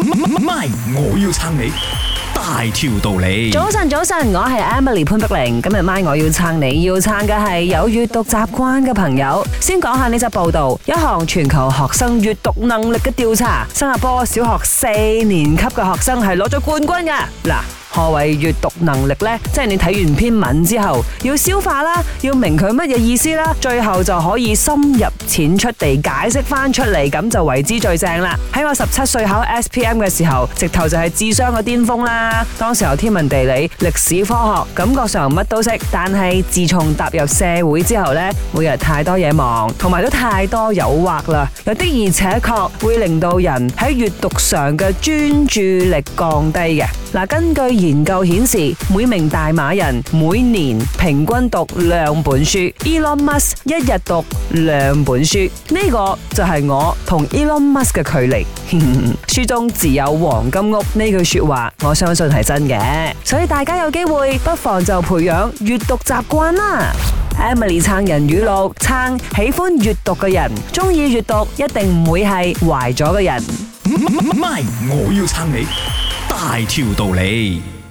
MY， 我要撐你大條道理。 早晨，我係 Emily 潘碧玲。今日MY我要撐你，要撐嘅係有閱讀習慣嘅朋友。先講下呢則報道，一項全球學生閱讀能力嘅調查，新加坡小學4年級嘅學生係攞咗冠軍㗎。嗱，何謂閱讀能力呢？即係你睇完篇文之後，要消化啦，要明佢乜嘢意思啦，最後就可以深入淺出地解釋翻出嚟，咁就為之最正啦。喺我17歲考 SPM 嘅時候，直頭就係智商嘅巔峰啦。當時候天文地理、歷史科學，感覺上乜都識，但係自從踏入社會之後呢，每日太多嘢忙，同埋都太多誘惑啦，有的而且確會令到人喺閱讀上嘅專注力降低嘅。嗱，根據研究顯示，每名大馬人每年平均讀2本書。Elon Musk 一日讀2本書，呢個就係我同 Elon Musk 嘅距離。書中自有黃金屋呢句說話，我相信係真嘅，所以大家有機會不妨就培養閱讀習慣啦。Emily 撐人語錄，撐喜歡閱讀嘅人，中意閱讀一定唔會係壞咗嘅人。 MY， 我要撐你大條道理。